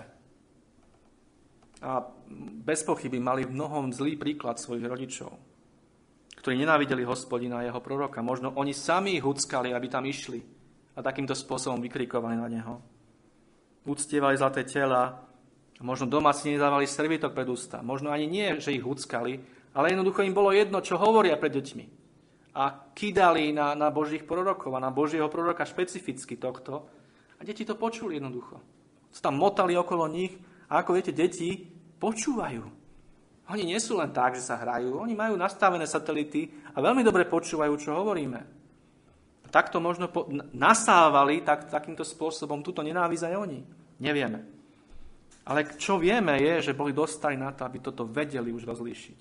Speaker 1: A bez pochyby mali v mnohom zlý príklad svojich rodičov, ktorí nenávideli Hospodina a jeho proroka. Možno oni sami huckali, aby tam išli a takýmto spôsobom vykrikovali na neho. Uctievali zlaté tela, možno doma si nedávali servítok pred ústa. Možno ani nie, že ich huckali, ale jednoducho im bolo jedno, čo hovoria pred deťmi. A kydali na Božích prorokov a na Božieho proroka špecificky tohto. A deti to počuli jednoducho. Sa tam motali okolo nich a ako viete, deti počúvajú. Oni nie sú len tak, že sa hrajú. Oni majú nastavené satelity a veľmi dobre počúvajú, čo hovoríme. Takto možno nasávali takýmto spôsobom túto nenávisť aj oni. Nevieme. Ale čo vieme je, že boli dostali na to, aby toto vedeli už rozlíšiť.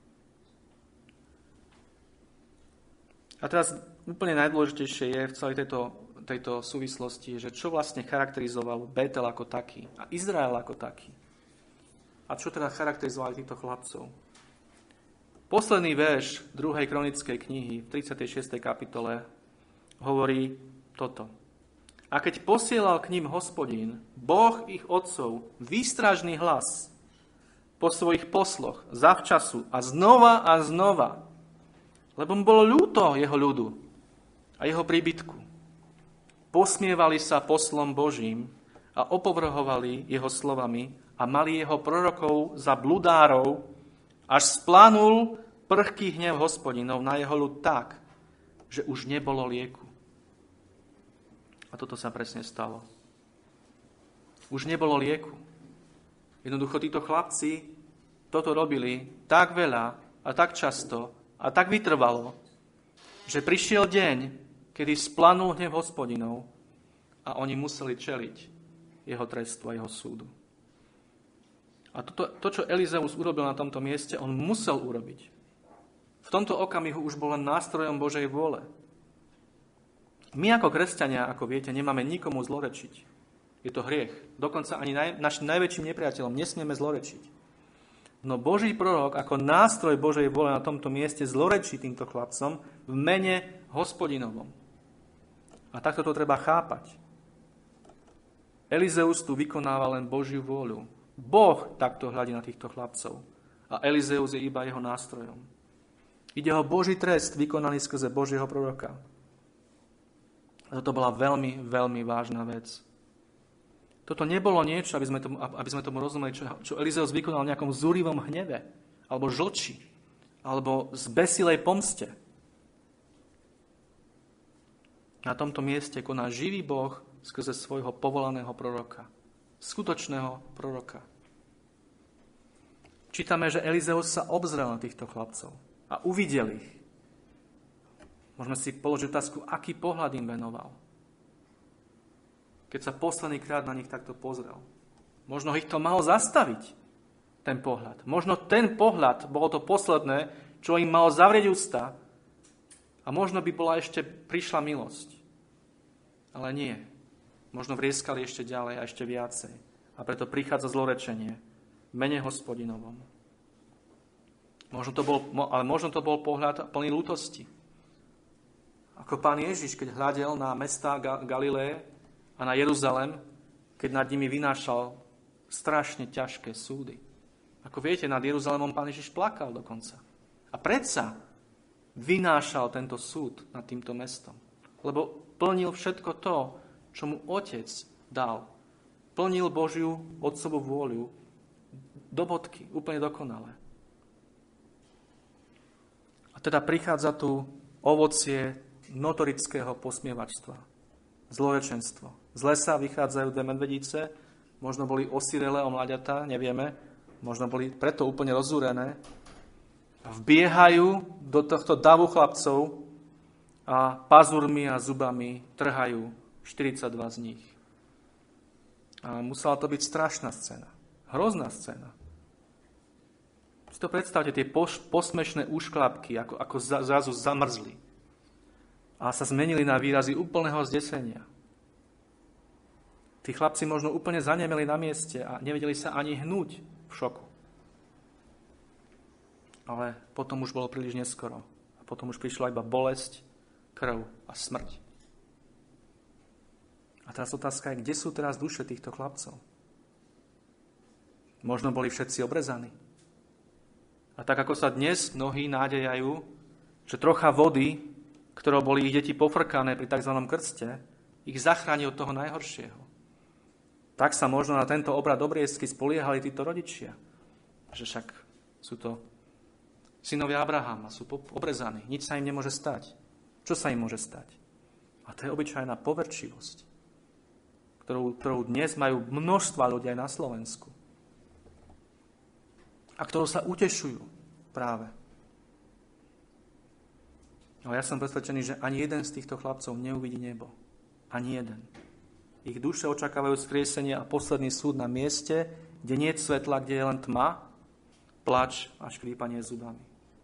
Speaker 1: A teraz úplne najdôležitejšie je v celej tejto súvislosti, že čo vlastne charakterizovalo Betel ako taký a Izrael ako taký. A čo teda charakterizovali týchto chlapcov. Posledný verš 2. kronickej knihy v 36. kapitole hovorí toto. A keď posielal k ním Hospodin, Boh ich otcov, výstražný hlas po svojich posloch, zavčasu a znova, lebo mu bolo ľúto jeho ľudu a jeho príbytku. Posmievali sa poslom Božím a opovrhovali jeho slovami a mali jeho prorokov za bludárov, až splanul prchký hnev Hospodinov na jeho ľud tak, že už nebolo lieku. A toto sa presne stalo. Už nebolo lieku. Jednoducho títo chlapci toto robili tak veľa a tak často a tak vytrvalo, že prišiel deň, kedy splanul hnev Hospodinov a oni museli čeliť jeho trestu a jeho súdu. A to, čo Elizeus urobil na tomto mieste, on musel urobiť. V tomto okamihu už bol len nástrojom Božej vôle. My ako kresťania, ako viete, nemáme nikomu zlorečiť. Je to hriech. Dokonca ani našim najväčším nepriateľom nesmieme zlorečiť. No Boží prorok ako nástroj Božej vôle na tomto mieste zlorečí týmto chlapcom v mene Hospodinovom. A takto to treba chápať. Elizeus tu vykonáva len Božiu vôľu. Boh takto hľadí na týchto chlapcov. A Elizeus je iba jeho nástrojom. Ide o Boží trest vykonaný skrze Božieho proroka. A toto bola veľmi, veľmi vážna vec. Toto nebolo niečo, aby sme tomu rozumeli, čo Elizeus vykonal v nejakom zúrivom hneve, alebo žlči, alebo zbesilej pomste. Na tomto mieste koná živý Boh skrze svojho povolaného proroka. Skutočného proroka. Čítame, že Elizeus sa obzrel na týchto chlapcov a uvidel ich. Môžeme si položiť otázku, aký pohľad im venoval. Keď sa posledný krát na nich takto pozrel. Možno ich to malo zastaviť, ten pohľad. Možno ten pohľad, bolo to posledné, čo im malo zavrieť ústa a možno by bola ešte prišla milosť. Ale nie. Možno vrieskali ešte ďalej a ešte viacej. A preto prichádza zlorečenie v mene Hospodinovom. Možno to bol pohľad plný lútosti. Ako Pán Ježiš, keď hľadel na mestá Galileje a na Jeruzalem, keď nad nimi vynášal strašne ťažké súdy. Ako viete, nad Jeruzalémom Pán Ježiš plakal dokonca. A predsa vynášal tento súd nad týmto mestom. Lebo plnil všetko to, čo mu Otec dal. Plnil Božiu Otcovú vôľu do bodky, úplne dokonale. A teda prichádza tu ovocie notorického posmievačstva, zlorečenstvo. Z lesa vychádzajú dve medvedíce, možno boli osirelé o mláďatá, nevieme, možno boli preto úplne rozúrené. Vbiehajú do tohto davu chlapcov a pazurmi a zubami trhajú 42 z nich. A musela to byť strašná scéna. Hrozná scéna. Si to predstavte, tie posmešné úšklapky, ako zrazu zamrzli. A sa zmenili na výrazy úplného zdesenia. Tí chlapci možno úplne zanemeli na mieste a nevedeli sa ani hnúť v šoku. Ale potom už bolo príliš neskoro. A potom už prišla iba bolesť, krv a smrť. A teraz otázka je, kde sú teraz duše týchto chlapcov? Možno boli všetci obrezaní. A tak ako sa dnes mnohí nádejajú, že trocha vody, ktorou boli ich deti pofrkané pri tzv. Krste, ich zachráni od toho najhoršieho. Tak sa možno na tento obrad obriezky spoliehali títo rodičia. Že však sú to synovia Abraháma, sú obrezaní, nič sa im nemôže stať. Čo sa im môže stať? A to je obyčajná poverčivosť, ktorú dnes majú množstva ľudí aj na Slovensku. A ktorou sa utešujú práve. Ale ja som presvedčený, že ani jeden z týchto chlapcov neuvidí nebo. Ani jeden. Ich duše očakávajú skriesenie a posledný súd na mieste, kde nie je svetla, kde je len tma, plač a škrípanie zubami.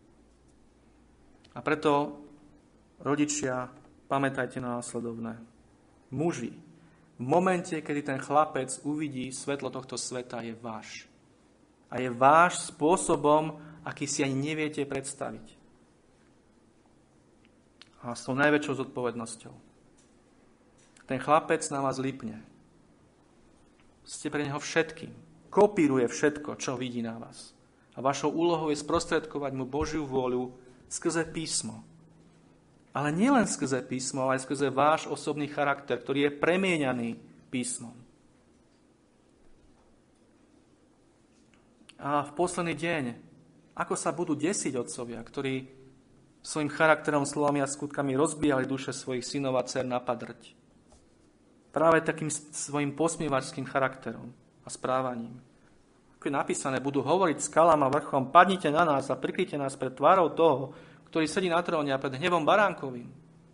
Speaker 1: A preto, rodičia, pamätajte na následovné. Muži, v momente, kedy ten chlapec uvidí svetlo tohto sveta, je váš. A je váš spôsobom, aký si ani neviete predstaviť. A s tou najväčšou zodpovednosťou. Ten chlapec na vás lípne. Ste pre neho všetkým. Kopíruje všetko, čo vidí na vás. A vašou úlohou je sprostredkovať mu Božiu vôľu skrze písmo. Ale nielen skrze písmo, ale aj skrze váš osobný charakter, ktorý je premieňaný písmom. A v posledný deň, ako sa budú desiť otcovia, ktorí svojim charakterom, slovami a skutkami rozbíjali duše svojich synov a dcer na padrť. Práve takým svojim posmievačským charakterom a správaním. Ako je napísané, budú hovoriť skalám a vrchom, padnite na nás a prikryjte nás pred tvárou toho, ktorý sedí na tróne a pred hnevom baránkovým.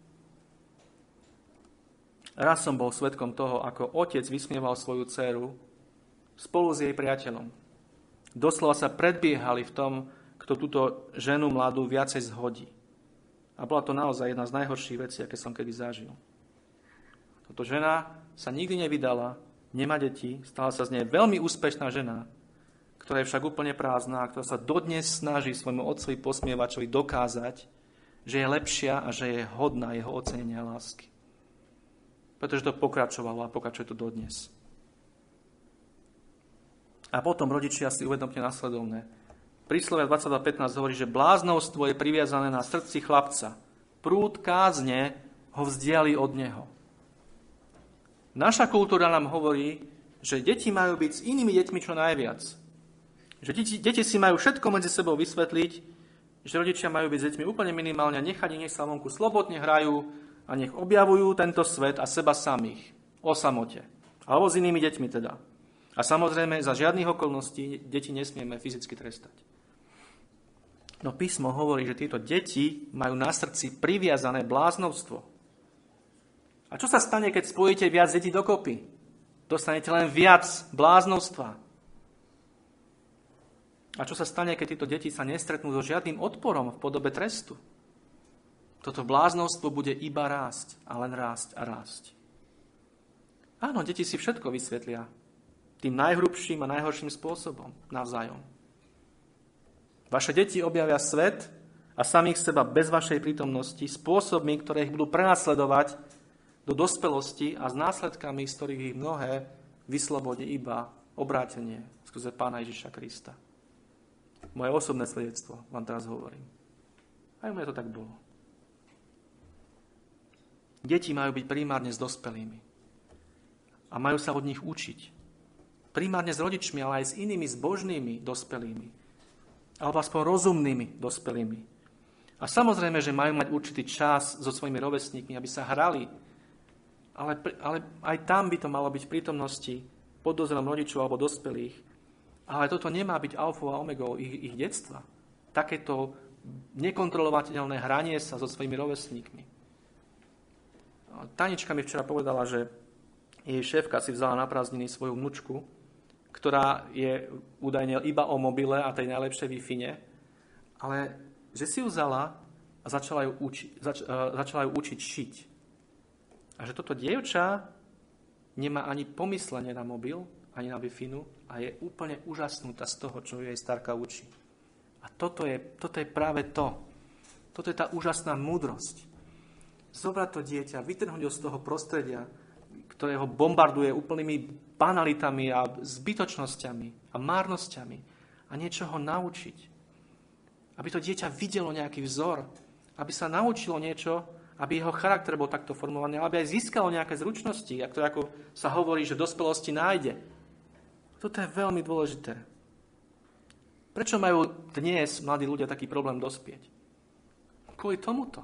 Speaker 1: Raz som bol svedkom toho, ako otec vysmieval svoju dceru spolu s jej priateľom. Doslova sa predbiehali v tom, kto túto ženu mladú viacej zhodí. A bola to naozaj jedna z najhorších vecí, aké som kedy zažil. Toto žena sa nikdy nevydala, nemá deti, stala sa z nej veľmi úspešná žena, ktorá je však úplne prázdna, ktorá sa dodnes snaží svojmu otcovi posmievačovi dokázať, že je lepšia a že je hodná jeho ocenenia a lásky. Pretože to pokračovalo a pokračuje to dodnes. A potom, rodičia, si uvedomte nasledovné. Príslovia 22.15 hovorí, že bláznovstvo je priviazané na srdci chlapca. Prúd kázne ho vzdiali od neho. Naša kultúra nám hovorí, že deti majú byť s inými deťmi čo najviac. Že deti si majú všetko medzi sebou vysvetliť, že rodičia majú byť s deťmi úplne minimálne a nech sa vonku slobodne hrajú a nech objavujú tento svet a seba samých. O samote. Alebo s inými deťmi teda. A samozrejme, za žiadnych okolností deti nesmieme fyzicky trestať. No písmo hovorí, že tieto deti majú na srdci priviazané bláznovstvo. A čo sa stane, keď spojíte viac detí dokopy? Dostanete len viac bláznovstva. A čo sa stane, keď tieto deti sa nestretnú so žiadnym odporom v podobe trestu? Toto bláznovstvo bude iba rásť a len rásť a rásť. Áno, deti si všetko vysvetlia tým najhrubším a najhorším spôsobom navzájom. Vaše deti objavia svet a samých seba bez vašej prítomnosti spôsobmi, ktoré ich budú prenasledovať do dospelosti a s následkami, z ktorých ich mnohé vyslobodí iba obrátenie skrze Pána Ježiša Krista. Moje osobné svedectvo vám teraz hovorím. Aj u mňa to tak bolo. Deti majú byť primárne s dospelými a majú sa od nich učiť. Primárne s rodičmi, ale aj s inými zbožnými dospelými alebo aspoň rozumnými dospelými. A samozrejme, že majú mať určitý čas so svojimi rovesníkmi, aby sa hrali. Ale aj tam by to malo byť v prítomnosti pod dozorom rodičov alebo dospelých. Ale toto nemá byť alfou a omegou ich detstva. Takéto nekontrolovateľné hranie sa so svojimi rovesníkmi. Tanička mi včera povedala, že jej šéfka si vzala na prázdniny svoju vnučku, ktorá je údajne iba o mobile a tej najlepšej Wi-Fi, ale že si ju vzala a začala ju učiť šiť. A že toto dievča nemá ani pomyslenie na mobil, ani na Wi-Fi a je úplne úžasnutá z toho, čo jej starka učí. A toto je práve to. Toto je tá úžasná múdrosť. Zobrať to dieťa, vytrhnúť ho z toho prostredia, ktoré ho bombarduje úplnými banalitami a zbytočnosťami a márnosťami a niečo ho naučiť. Aby to dieťa videlo nejaký vzor, aby sa naučilo niečo, aby jeho charakter bol takto formovaný, aby aj získalo nejaké zručnosti, ako sa hovorí, že v dospelosti nájde. Toto je veľmi dôležité. Prečo majú dnes mladí ľudia taký problém dospieť? Kvôli tomuto.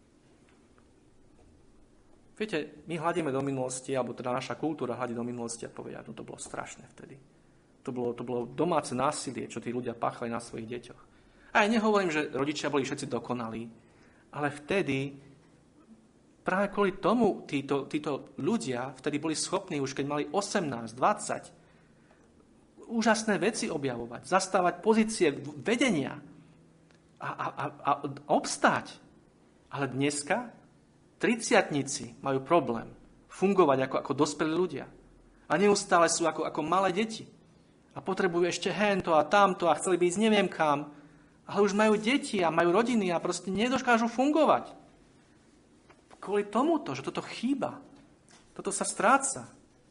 Speaker 1: Viete, my hľadíme do minulosti, alebo teda naša kultúra hľadí do minulosti a povie, no to bolo strašné vtedy. To bolo domáce násilie, čo tí ľudia páchali na svojich deťoch. A ja nehovorím, že rodičia boli všetci dokonalí, ale vtedy práve kvôli tomu títo ľudia vtedy boli schopní, už keď mali 18, 20, úžasné veci objavovať, zastávať pozície vedenia a obstáť. Ale dneska 30-tníci majú problém fungovať ako dospelí ľudia. A neustále sú ako malé deti. A potrebujú ešte hento a tamto a chceli by ísť neviem kam. Ale už majú deti a majú rodiny a proste nedokážu fungovať. Kvôli tomuto, že toto chýba. Toto sa stráca.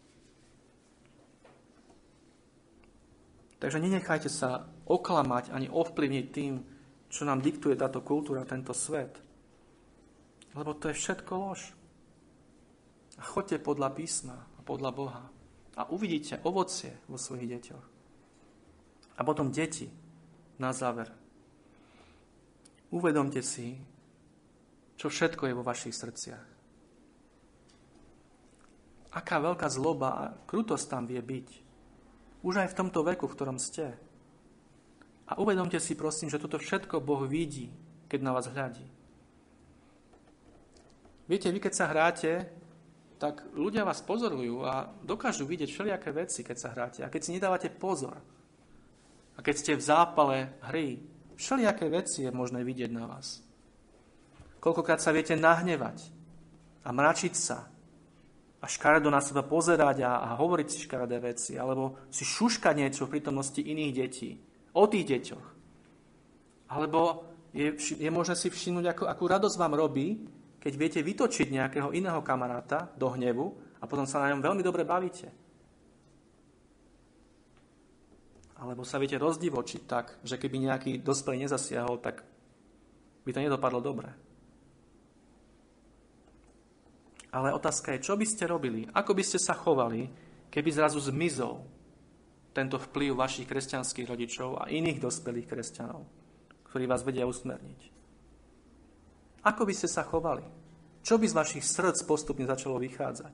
Speaker 1: Takže nenechajte sa oklamať ani ovplyvniť tým, čo nám diktuje táto kultúra, tento svet. Lebo to je všetko lož. A choďte podľa písma a podľa Boha. A uvidíte ovocie vo svojich deťoch. A potom deti, na záver. Uvedomte si, čo všetko je vo vašich srdciach. Aká veľká zloba a krutosť tam vie byť. Už aj v tomto veku, v ktorom ste. A uvedomte si, prosím, že toto všetko Boh vidí, keď na vás hľadí. Viete, vy keď sa hráte, tak ľudia vás pozorujú a dokážu vidieť všelijaké veci, keď sa hráte. A keď si nedávate pozor, a keď ste v zápale hry, všelijaké veci je možné vidieť na vás. Koľkokrát sa viete nahnevať a mračiť sa a škaredo na seba pozerať a hovoriť si škaredé veci, alebo si šuškať niečo v prítomnosti iných detí, o tých deťoch. Alebo je možné si všimnúť, akú radosť vám robí, keď viete vytočiť nejakého iného kamaráta do hnevu a potom sa na ňom veľmi dobre bavíte. Alebo sa viete rozdivočiť tak, že keby nejaký dospelý nezasiahol, tak by to nedopadlo dobre. Ale otázka je, čo by ste robili? Ako by ste sa chovali, keby zrazu zmizol tento vplyv vašich kresťanských rodičov a iných dospelých kresťanov, ktorí vás vedia usmerniť? Ako by ste sa chovali? Čo by z vašich srdc postupne začalo vychádzať?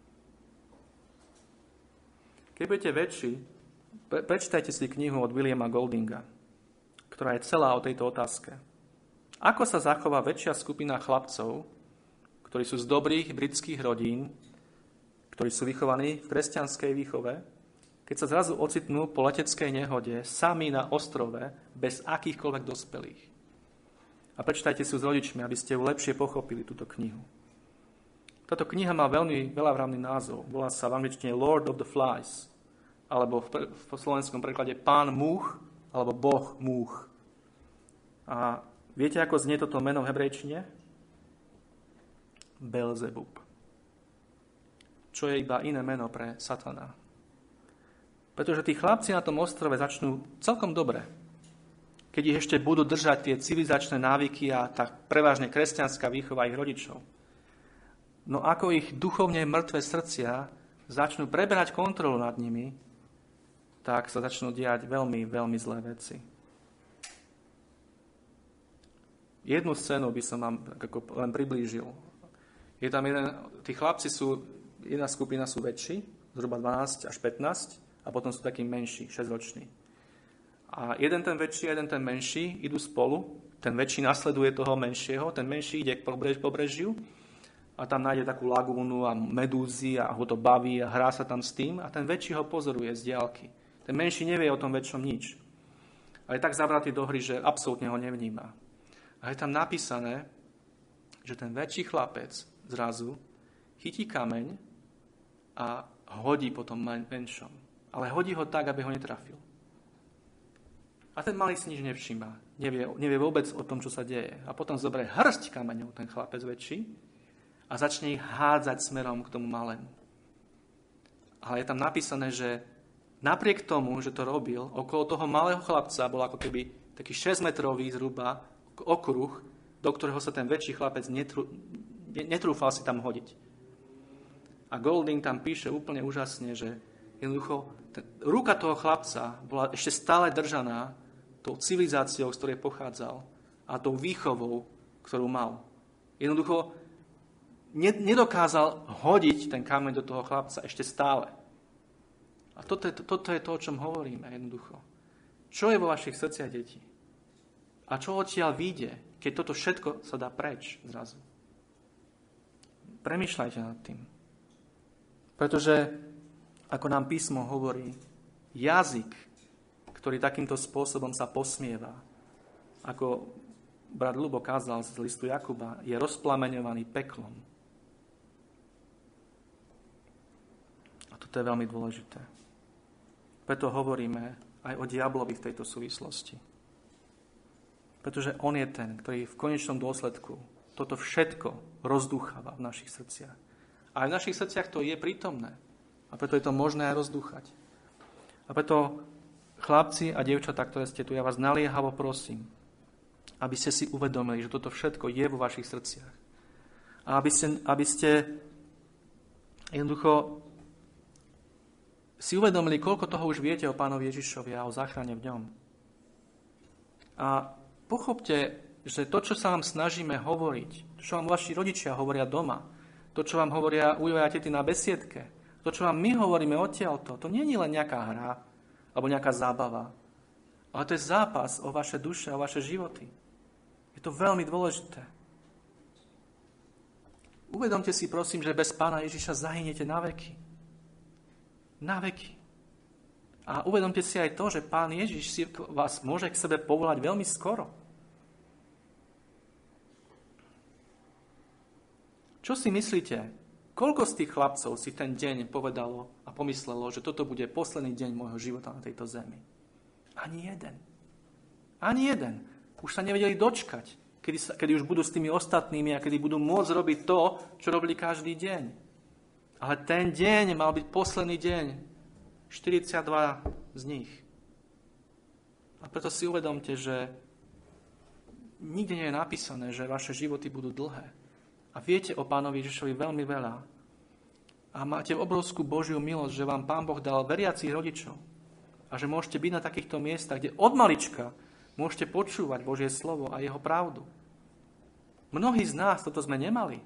Speaker 1: Keď budete väčší, prečítajte si knihu od Williama Goldinga, ktorá je celá o tejto otázke. Ako sa zachová väčšia skupina chlapcov, ktorí sú z dobrých britských rodín, ktorí sú vychovaní v kresťanskej výchove, keď sa zrazu ocitnú po leteckej nehode sami na ostrove bez akýchkoľvek dospelých. A prečítajte si ju s rodičmi, aby ste ju lepšie pochopili, túto knihu. Táto kniha má veľmi veľavravný názov. Volá sa v angličtine Lord of the Flies, alebo v slovenskom preklade Pán múch, alebo Boh múch. A viete, ako znie toto meno v hebrejčine? Belzebub. Čo je iba iné meno pre Satana. Pretože tí chlapci na tom ostrove začnú celkom dobre. Keď ich ešte budú držať tie civilizačné návyky a tá prevažne kresťanská výchova ich rodičov. No ako ich duchovne mŕtve srdcia začnú preberať kontrolu nad nimi, tak sa začnú diať veľmi, veľmi zlé veci. Jednu scénu by som vám len priblížil. Je tam tí chlapci jedna skupina sú väčší, zhruba 12 až 15, a potom sú takí menší, 6-roční. A jeden ten väčší a jeden ten menší idú spolu, ten väčší nasleduje toho menšieho, ten menší ide k pobrežiu a tam nájde takú lagúnu a medúzy a ho to baví a hrá sa tam s tým a ten väčší ho pozoruje z diaľky. Ten menší nevie o tom väčšom nič. Ale je tak zabratý do hry, že absolútne ho nevníma. A je tam napísané, že ten väčší chlapec zrazu chytí kameň a hodí po tom menšom. Ale hodí ho tak, aby ho netrafil. A ten malý si nič nevšíma. Nevie vôbec o tom, čo sa deje. A potom zoberie hrst kameňov ten chlapec väčší a začne ich hádzať smerom k tomu malému. Ale je tam napísané, že napriek tomu, že to robil, okolo toho malého chlapca bol ako keby taký 6-metrový zhruba okruh, do ktorého sa ten väčší chlapec netrúfal si tam hodiť. A Golding tam píše úplne úžasne, že jednoducho ruka toho chlapca bola ešte stále držaná tou civilizáciou, z ktorej pochádzal a tou výchovou, ktorú mal. Jednoducho nedokázal hodiť ten kameň do toho chlapca ešte stále. A toto je to, o čom hovoríme jednoducho. Čo je vo vašich srdciach, deti? A čo odtiaľ vyjde, keď toto všetko sa dá preč zrazu? Premýšľajte nad tým. Pretože, ako nám písmo hovorí, jazyk, ktorý takýmto spôsobom sa posmieva, ako brat Ľubo kázal z listu Jakuba, je rozplameňovaný peklom. A toto je veľmi dôležité. Preto hovoríme aj o diablovi v tejto súvislosti. Pretože on je ten, ktorý v konečnom dôsledku toto všetko rozdúchava v našich srdciach. A aj v našich srdciach to je prítomné. A preto je to možné aj rozdúchať. A preto, chlapci a dievčatá, ktoré ste tu, ja vás naliehavo prosím, aby ste si uvedomili, že toto všetko je vo vašich srdciach. A aby ste jednoducho si uvedomili, koľko toho už viete o Pánovi Ježišovi a o záchrane v ňom. A pochopte, že to, čo sa vám snažíme hovoriť, to, čo vám vaši rodičia hovoria doma, to, čo vám hovoria ujo a tety na besiedke, to, čo vám my hovoríme odtiaľto, to nie je len nejaká hra alebo nejaká zábava, ale to je zápas o vaše duše, o vaše životy. Je to veľmi dôležité. Uvedomte si, prosím, že bez Pána Ježiša zahynete na veky. Na veky. A uvedomte si aj to, že Pán Ježiš vás môže k sebe povolať veľmi skoro. Čo si myslíte, Koľko z tých chlapcov si ten deň povedalo a pomyslelo, že toto bude posledný deň môjho života na tejto zemi? Ani jeden. Ani jeden. Už sa nevedeli dočkať, kedy už budú s tými ostatnými a kedy budú môcť robiť to, čo robili každý deň. Ale ten deň mal byť posledný deň. 42 z nich. A preto si uvedomte, že nikde nie je napísané, že vaše životy budú dlhé. A viete o Pánovi Ježišovi veľmi veľa. A máte obrovskú Božiu milosť, že vám Pán Boh dal veriacich rodičov. A že môžete byť na takýchto miestach, kde od malička môžete počúvať Božie slovo a jeho pravdu. Mnohí z nás toto sme nemali.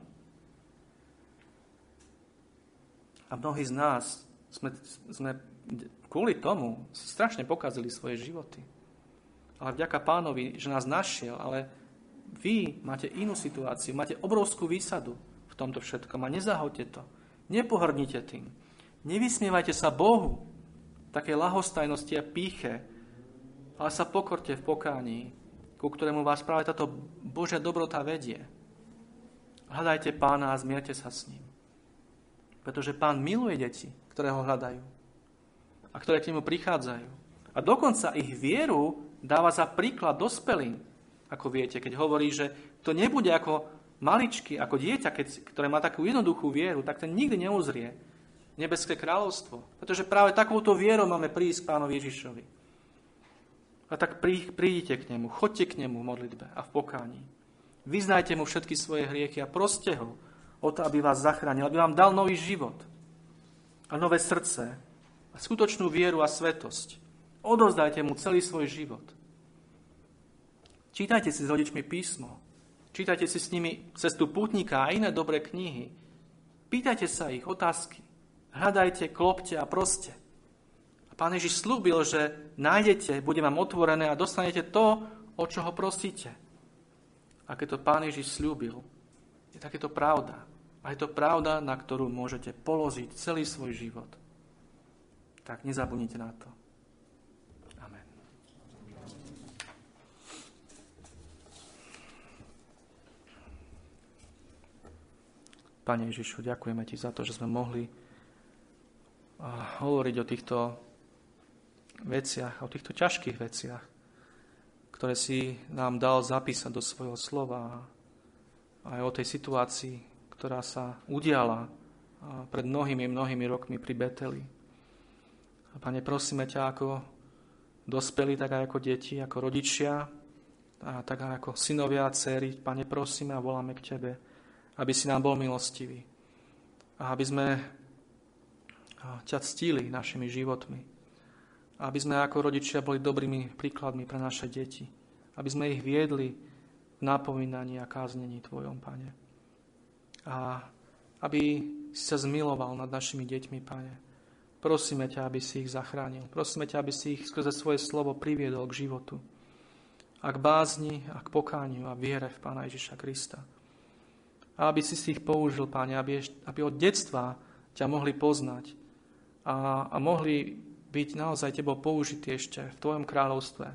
Speaker 1: A mnohí z nás sme kvôli tomu si strašne pokazili svoje životy. Ale vďaka Pánovi, že nás našiel, ale vy máte inú situáciu, máte obrovskú výsadu v tomto všetkom a nezahoďte to. Nepohrdnite tým. Nevysmievajte sa Bohu takej ľahostajnosti a pýche, ale sa pokorte v pokání, ku ktorému vás práve táto Božia dobrota vedie. Hľadajte Pána a zmierte sa s ním. Pretože Pán miluje deti, ktoré ho hľadajú a ktoré k nemu prichádzajú. A dokonca ich vieru dáva za príklad dospelým. Ako viete, keď hovorí, že to nebude ako maličky, ako dieťa, ktoré má takú jednoduchú vieru, tak ten nikdy neuzrie nebeské kráľovstvo. Pretože práve takouto vierou máme prísť k Pánovi Ježišovi. A tak prídite k nemu, choďte k nemu v modlitbe a v pokání. Vyznajte mu všetky svoje hriechy a proste ho o to, aby vás zachránil, aby vám dal nový život a nové srdce a skutočnú vieru a svetosť. Odovzdajte mu celý svoj život. Čítajte si s rodičmi písmo. Čítajte si s nimi Cestu pútnika a iné dobré knihy. Pýtajte sa ich otázky. Hľadajte, klopte a proste. A Pán Ježiš slúbil, že nájdete, bude vám otvorené a dostanete to, o čo ho prosíte. A keď to Pán Ježiš slúbil, tak je to pravda. A je to pravda, na ktorú môžete položiť celý svoj život. Tak nezabudnite na to. Pane Ježišu, ďakujeme Ti za to, že sme mohli hovoriť o týchto veciach, o týchto ťažkých veciach, ktoré si nám dal zapísať do svojho slova, aj o tej situácii, ktorá sa udiala pred mnohými rokmi pri Beteli. A Pane, prosíme ťa ako dospelí, tak aj ako deti, ako rodičia, a tak aj ako synovia a dcéry. Pane, prosíme a voláme k Tebe, aby si nám bol milostivý a aby sme ťa ctili našimi životmi. A aby sme ako rodičia boli dobrými príkladmi pre naše deti. Aby sme ich viedli v napomínaní a káznení Tvojom, Pane. A aby si sa zmiloval nad našimi deťmi, Pane. Prosíme ťa, aby si ich zachránil. Prosíme ťa, aby si ich skrze svoje slovo priviedol k životu. A k bázni, a k pokániu a viere v Pána Ježiša Krista. A aby si ich použil, Páne, aby od detstva ťa mohli poznať a mohli byť naozaj Tebou použití ešte v Tvojom kráľovstve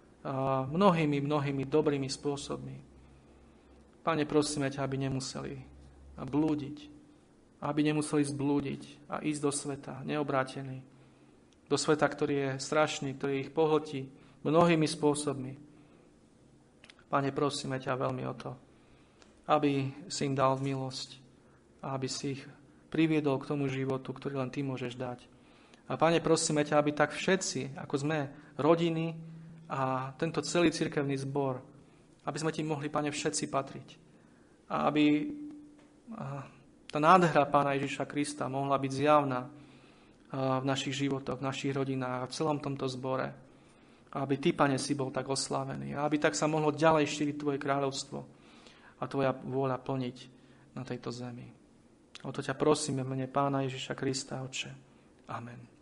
Speaker 1: mnohými dobrými spôsobmi. Pane, prosíme ťa, aby nemuseli blúdiť, aby nemuseli zblúdiť a ísť do sveta neobrátení, do sveta, ktorý je strašný, ktorý ich pohltí mnohými spôsobmi. Pane, prosíme ťa veľmi o to, aby si im dal milosť a aby si ich priviedol k tomu životu, ktorý len Ty môžeš dať. A Pane, prosíme ťa, aby tak všetci, ako sme rodiny a tento celý cirkevný zbor, aby sme Ti mohli, Pane, všetci patriť. A aby tá nádhera Pána Ježiša Krista mohla byť zjavná v našich životoch, v našich rodinách a v celom tomto zbore. A aby Ty, Pane, si bol tak oslávený. A aby tak sa mohlo ďalej šíriť Tvoje kráľovstvo a Tvoja vôľa plniť na tejto zemi. O to ťa prosíme v mene Pána Ježiša Krista, Otče. Amen.